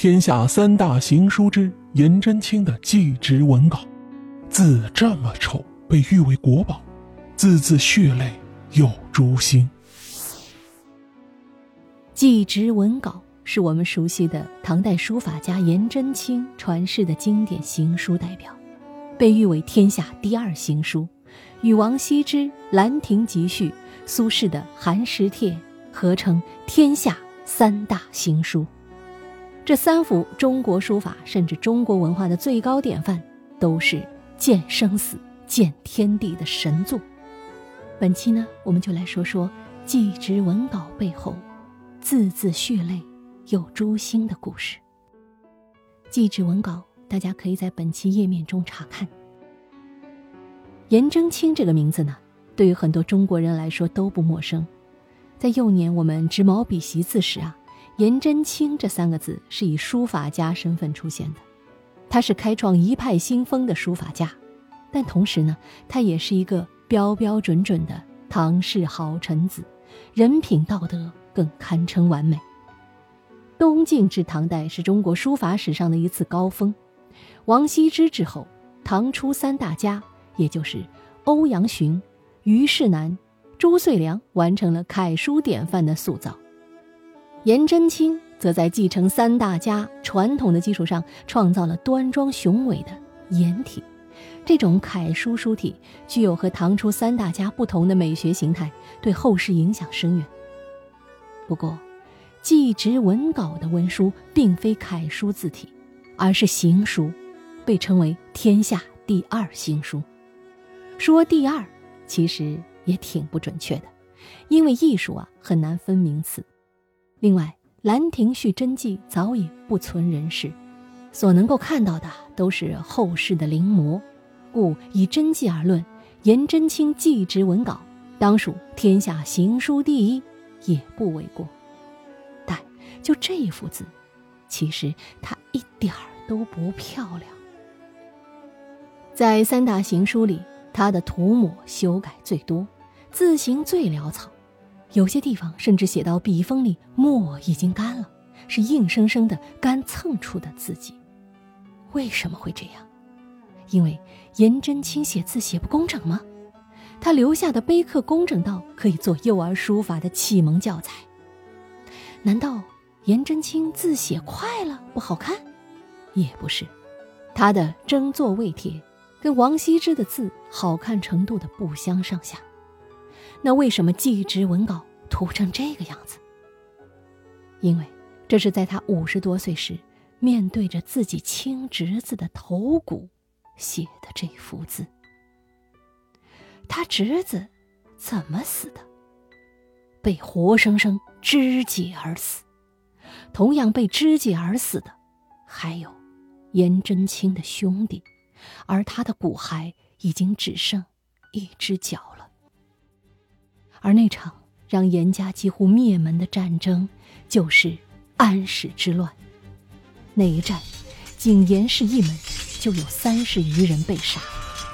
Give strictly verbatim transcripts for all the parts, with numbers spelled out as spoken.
天下三大行书之颜真卿的祭侄文稿，字这么丑，被誉为国宝，字字血泪有诛心。 祭侄文稿是我们熟悉的唐代书法家颜真卿传世的经典行书代表，被誉为天下第二行书，与王羲之《兰亭集序》、苏轼的《寒食帖》合称天下三大行书。这三幅中国书法甚至中国文化的最高典范，都是见生死见天地的神作。本期呢，我们就来说说祭侄文稿背后字字血泪有诛心的故事。祭侄文稿大家可以在本期页面中查看。颜真卿这个名字呢，对于很多中国人来说都不陌生。在幼年我们执毛笔习字时啊，颜真卿这三个字是以书法家身份出现的。他是开创一派新风的书法家，但同时呢，他也是一个标标准准的唐氏好臣子，人品道德更堪称完美。东晋至唐代是中国书法史上的一次高峰，王羲之之后，唐初三大家，也就是欧阳询、虞世南、朱遂良，完成了楷书典范的塑造。颜真卿则在继承三大家传统的基础上，创造了端庄雄伟的颜体。这种楷书书体具有和唐初三大家不同的美学形态，对后世影响深远。不过祭侄文稿的文书并非楷书字体，而是行书，被称为天下第二行书。说第二其实也挺不准确的，因为艺术啊很难分名次。另外，兰亭序真迹早已不存人世，所能够看到的都是后世的临摹，故以真迹而论，颜真卿祭侄文稿当属天下行书第一也不为过。但就这一幅字，其实它一点儿都不漂亮。在三大行书里，它的涂抹修改最多，字形最潦草，有些地方甚至写到笔锋里墨已经干了，是硬生生的干蹭出的字迹。为什么会这样？因为颜真卿写字写不工整吗？他留下的碑刻工整到可以做幼儿书法的启蒙教材。难道颜真卿字写快了不好看？也不是，他的争座位帖跟王羲之的字好看程度的不相上下。那为什么祭侄文稿涂成这个样子？因为这是在他五十多岁时，面对着自己亲侄子的头骨写的这幅字。他侄子怎么死的？被活生生肢解而死。同样被肢解而死的还有颜真卿的兄弟，而他的骨骸已经只剩一只脚了。而那场让颜家几乎灭门的战争，就是安史之乱。那一战，仅颜氏一门就有三十余人被杀。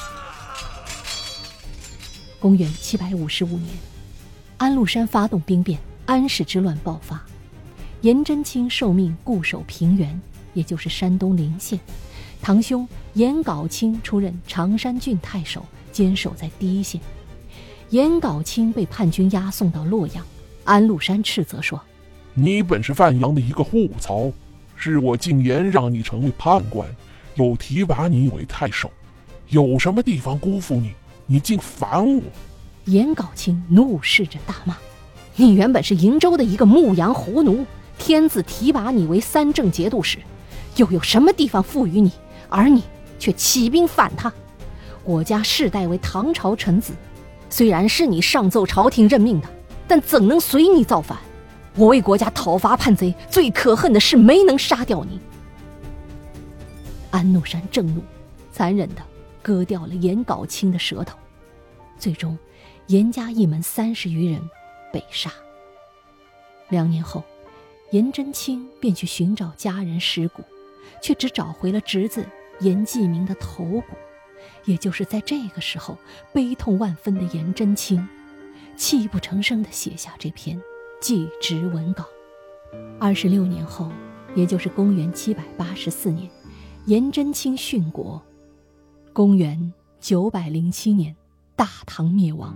公元七百五十五年，安禄山发动兵变，安史之乱爆发。颜真卿受命固守平原，也就是山东临县，堂兄颜杲卿出任常山郡太守，坚守在第一线。颜杲卿被叛军押送到洛阳，安禄山斥责说： 你本是范阳的一个户曹，是我进言让你成为判官，又提拔你为太守，有什么地方辜负你，你竟反我？ 颜杲卿怒视着大骂：你原本是瀛州的一个牧羊胡奴，天子提拔你为三正节度使，又有什么地方赋予你，而你却起兵反他？我家世代为唐朝臣子，虽然是你上奏朝廷任命的，但怎能随你造反？我为国家讨伐叛贼，最可恨的是没能杀掉你。安禄山正怒，残忍地割掉了颜杲卿的舌头。最终颜家一门三十余人被杀。两年后，颜真卿便去寻找家人尸骨，却只找回了侄子颜季明的头骨。也就是在这个时候，悲痛万分的颜真卿泣不成声地写下这篇祭侄文稿。二十六年后， 也就是公元七百八十四年，颜真卿殉国。公元九百零七年，大唐灭亡。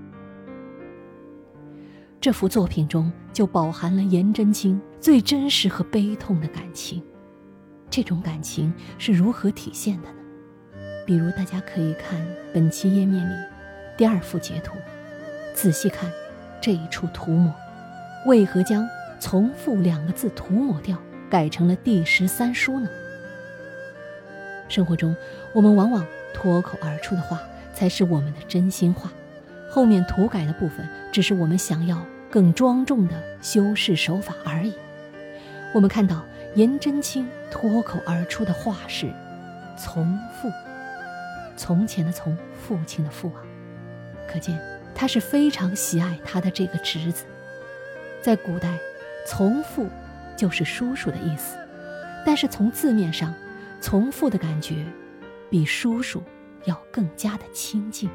这幅作品中就饱含了颜真卿最真实和悲痛的感情。这种感情是如何体现的呢？比如大家可以看本期页面里第二幅截图，仔细看这一处涂抹，为何将从父两个字涂抹掉，改成了第十三书呢？生活中我们往往脱口而出的话才是我们的真心话，后面涂改的部分只是我们想要更庄重的修饰手法而已。我们看到颜真卿脱口而出的话是从父，从前的从，父亲的父啊，可见他是非常喜爱他的这个侄子。在古代，从父就是叔叔的意思，但是从字面上，从父的感觉比叔叔要更加的亲近。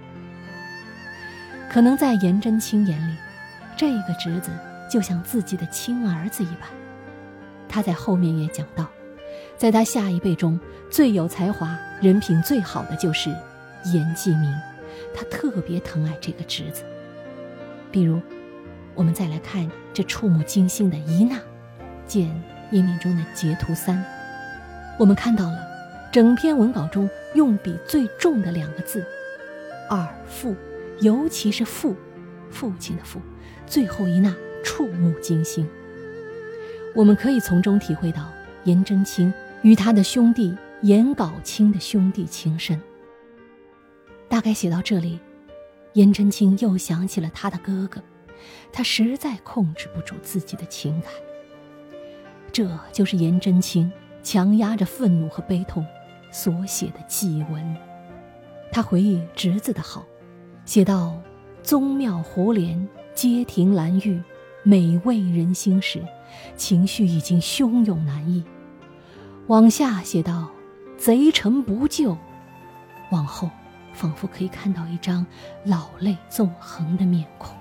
可能在颜真卿眼里，这个侄子就像自己的亲儿子一般。他在后面也讲到，在他下一辈中最有才华、人品最好的就是颜季明，他特别疼爱这个侄子。比如我们再来看这触目惊心的一捺，见页面中的截图三，我们看到了整篇文稿中用笔最重的两个字二父，尤其是父，父亲的父，最后一捺触目惊心。我们可以从中体会到颜真卿与他的兄弟颜杲卿的兄弟情深。大概写到这里，颜真卿又想起了他的哥哥，他实在控制不住自己的情感。这就是颜真卿强压着愤怒和悲痛所写的祭文。他回忆侄子的好，写到宗庙胡琏，街亭兰玉，美味人心时，情绪已经汹涌难抑。往下写到贼臣不救，往后仿佛可以看到一张老泪纵横的面孔。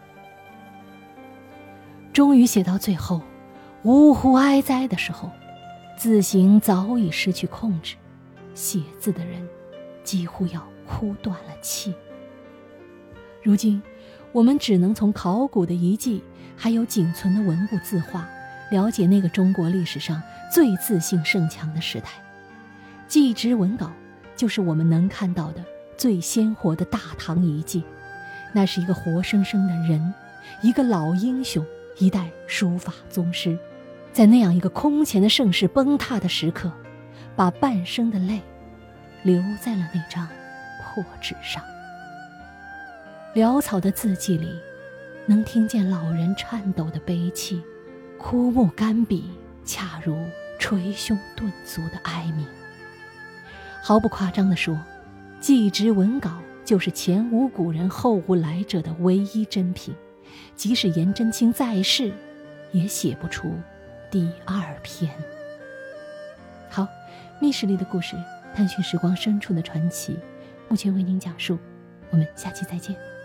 终于写到最后呜呼哀哉的时候，字形早已失去控制，写字的人几乎要哭断了气。如今我们只能从考古的遗迹还有仅存的文物字画，了解那个中国历史上最自信盛强的时代。祭侄文稿就是我们能看到的最鲜活的大唐遗迹，那是一个活生生的人，一个老英雄，一代书法宗师，在那样一个空前的盛世崩塌的时刻，把半生的泪留在了那张破纸上。潦草的字迹里，能听见老人颤抖的悲泣，枯木干笔，恰如捶胸顿足的哀鸣。毫不夸张地说，祭侄文稿就是前无古人后无来者的唯一珍品，即使颜真卿在世，也写不出第二篇。好，密室里的故事，探寻时光深处的传奇，目前为您讲述，我们下期再见。